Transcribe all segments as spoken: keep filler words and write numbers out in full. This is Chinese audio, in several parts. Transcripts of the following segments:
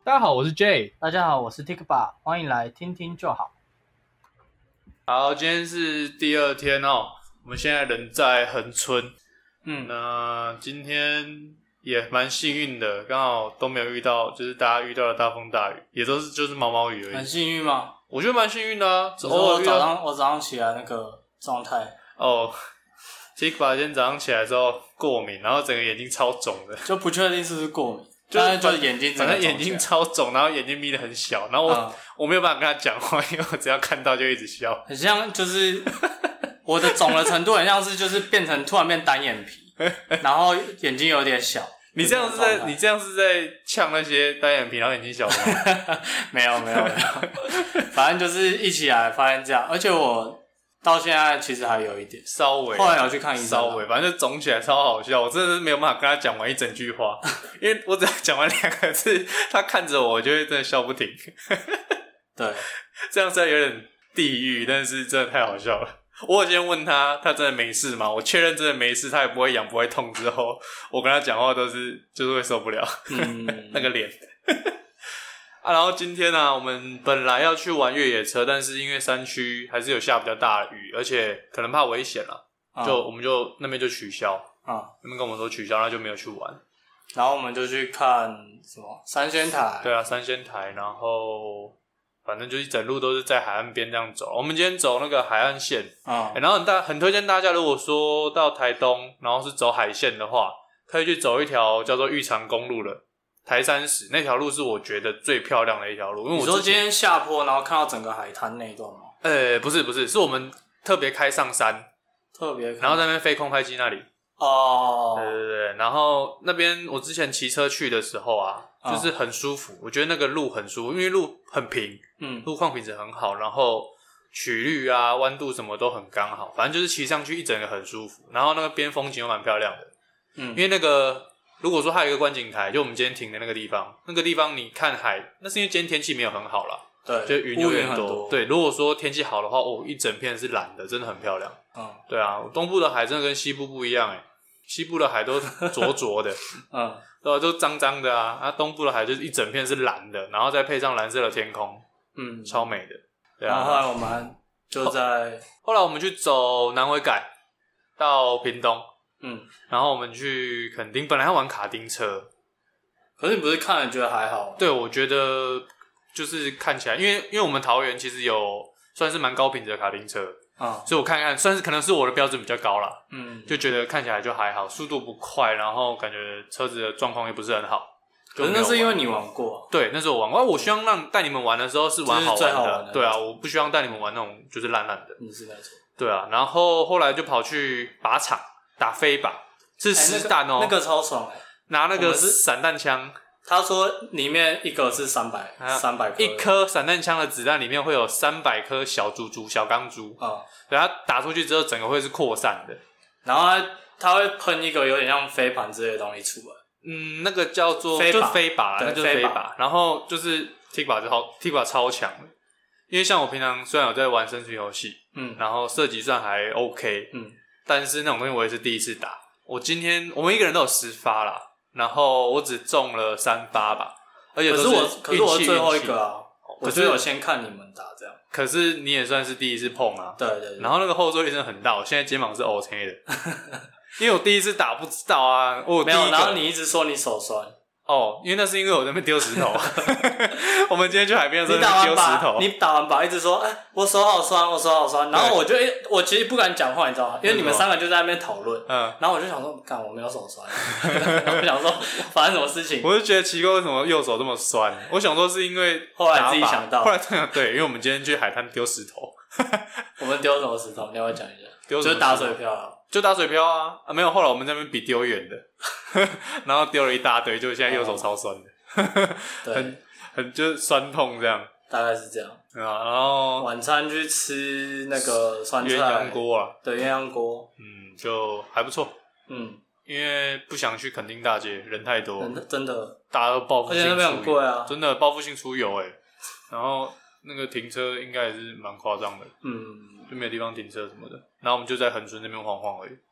大家好，我是 J。 大家好，我是 Tikba， 欢迎来听听就好。 好，今天是第二天哦，我们现在人在恒春。嗯，那今天也蛮幸运的，刚好都没有遇到，就是大家遇到的大风大雨，也都是就是毛毛雨而已。 很幸运吗？ 我觉得蛮幸运的啊。 只是我早上我早上起来那个状态哦 ，Tikba 今天早上起来之后过敏，然后整个眼睛超肿的， 就不确定是不是过敏。 就是就是眼睛， 反正眼睛超肿，然后眼睛眯得很小，然后我、嗯、我没有办法跟他讲话，因为我只要看到就一直笑， 很像就是我的肿的程度很像是就是变成突然变单眼皮，然后眼睛有点小。 你这样是在你这样是在呛那些单眼皮然后眼睛小的吗？ 没有没有没有，反正就是一起来发现这样，而且我到现在其实还有一点， 稍微， 后来有去看医生， 稍微，反正就肿起来超好笑，我真的是没有办法跟他讲完一整句话，因为我只要讲完两个字，他看着我，我就会真的笑不停。 对， 这样虽然有点地狱，但是真的太好笑了。我有先问他，他真的没事吗？我确认真的没事，他也不会痒不会痛之后，我跟他讲话都是就是会受不了，嗯、那个脸。啊，然后今天呢、啊，我们本来要去玩越野车，但是因为山区还是有下比较大的雨，而且可能怕危险啦，就、嗯、我们就那边就取消啊，那边跟我们说取消，那就没有去玩。 然后我们就去看什么三仙台， 对啊，三仙台，然后反正就一整路都是在海岸边这样走。我们今天走那个海岸线啊、嗯欸，然后很大很推荐大家，如果说到台东，然后是走海线的话，可以去走一条叫做玉长公路的。台三十那条路是我觉得最漂亮的一条路，因为我你说今天下坡，然后看到整个海滩那一段吗？ 呃、欸，不是不是，是我们特别开上山， 特别开， 然后在那边飞空拍机那里。 哦， 对对对，然后那边我之前骑车去的时候啊，就是很舒服，我觉得那个路很舒服，因为路很平，嗯，路况品质很好，然后曲率啊、弯度什么都很刚好，反正就是骑上去一整个很舒服，然后那个边风景又蛮漂亮的，嗯，因为那个。如果说还有一个观景台，就我们今天停的那个地方，那个地方你看海，那是因为今天天气没有很好啦， 对， 就云有点多。多对，如果说天气好的话，哦，一整片是蓝的，真的很漂亮。嗯，对啊，东部的海真的跟西部不一样诶，西部的海都浊浊的，嗯，对吧、啊？都脏脏的啊，啊，东部的海就是一整片是蓝的，然后再配上蓝色的天空，嗯，超美的。对啊， 然后后来我们就在后，后来我们去走南回改到屏东。嗯，然后我们去垦丁，本来要玩卡丁车， 可是你不是看了觉得还好？ 对，我觉得就是看起来，因为因为我们桃园其实有算是蛮高品质的卡丁车啊、嗯，所以我看看算是可能是我的标准比较高啦，嗯，就觉得看起来就还好，速度不快，然后感觉车子的状况也不是很好。 可是那是因为你玩过， 对，那是我玩过。我希望让带你们玩的时候是玩好玩的， 就是最好玩的对啊，我不希望带你们玩那种就是烂烂的。 你是没错， 对啊，然后后来就跑去靶场。打飞靶是实弹哦、 欸那個，那个超爽哎、欸！ 拿那个散弹枪， 他说里面一个是三百，三百颗， 一颗散弹枪的子弹里面会有三百颗小珠珠、小钢珠啊，对，它打出去之后，整个会是扩散的， 然后它它会喷一个有点像飞盘之类的东西出来， 嗯，那个叫做飞就是飞靶，那就是飞靶，然后就是 Tikba 就好 ，Tikba 超强的，因为像我平常虽然有在玩生存游戏，嗯，然后射击算还 OK， 嗯。但是那种东西我也是第一次打。我今天我们一个人都有十发啦，然后我只中了三发吧，而且都是运气。可是我， 可是我最后一个啊，我就有先看你们打这样。 可是你也算是第一次碰啊。 对对对。 然后那个后坐力真的很大，我现在肩膀是 OK 的，因为我第一次打不知道啊。我有第一个没有，然后你一直说你手酸。 哦，因为那是因为我在那边丢石头。我们今天去海边的时候丢石头， 你打完靶一直说，哎、欸，我手好酸，我手好酸。然后我就，欸、我其实不敢讲话，你知道吗？因为你们三个就在那边讨论。嗯。然后我就想说，干，我没有手酸。然后我想说，发生什么事情？ 我就觉得奇怪，为什么右手这么酸？我想说是因为后来自己想到， 后来想对，因为我们今天去海滩丢石头。 我们丢什么石头？你要不要讲一下？丢就是打水漂啊。 就打水漂啊！啊，没有，后来我们在那边比丢远的，然后丢了一大堆，就现在右手超酸的， 对， 很很就是酸痛这样， 大概是这样。 啊，然后晚餐去吃那个酸菜鸳鸯锅啊， 对，鸳鸯锅， 嗯，就还不错，嗯，因为不想去垦丁大街，人太多， 人真的， 大家都报复性出游， 而且那边很贵啊， 真的报复性出游哎，然后那个停车应该也是蛮夸张的，嗯。就没有地方停车什么的，然后我们就在恒春那边晃晃而已。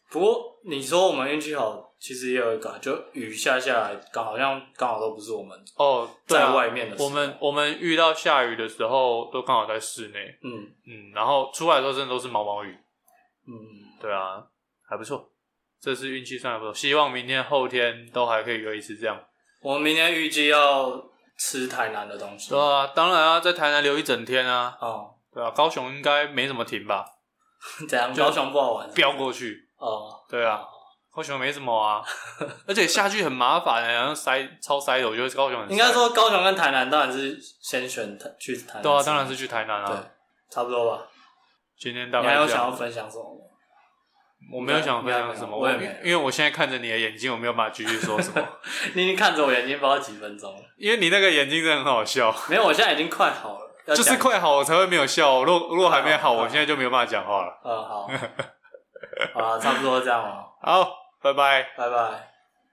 不过你说我们运气好，其实也有一个，就雨下下来，刚好像刚好都不是我们哦在外面的时候、 啊。我们我们遇到下雨的时候，都刚好在室内。嗯嗯，然后出来的时候真的都是毛毛雨。嗯，对啊，还不错，这次运气算还不错。希望明天后天都还可以有一次这样。 我们明天预计要吃台南的东西。 对啊，当然啊，在台南留一整天啊。 哦， 对啊，高雄应该没怎么停吧？ 怎样？高雄不好玩？ 飙过去。哦，对啊，高雄没什么啊，而且下去很麻烦、欸，好像塞超塞的，我觉得高雄很塞。 应该说高雄跟台南当然是先选去台南。 对啊，当然是去台南啊。 对，差不多吧。 今天大概你还有想要分享什么吗？ 我没有想分享什么，我因为我现在看着你的眼睛，我没有办法继续说什么。 你已经看着我眼睛不知道几分钟了。 因为你那个眼睛真的很好笑。 没有，我现在已经快好了。 就是快好我才会没有笑，如果如果还没好，我现在就没有办法讲话了。 嗯，好。好啦，差不多这样了。 好，拜拜， 拜拜。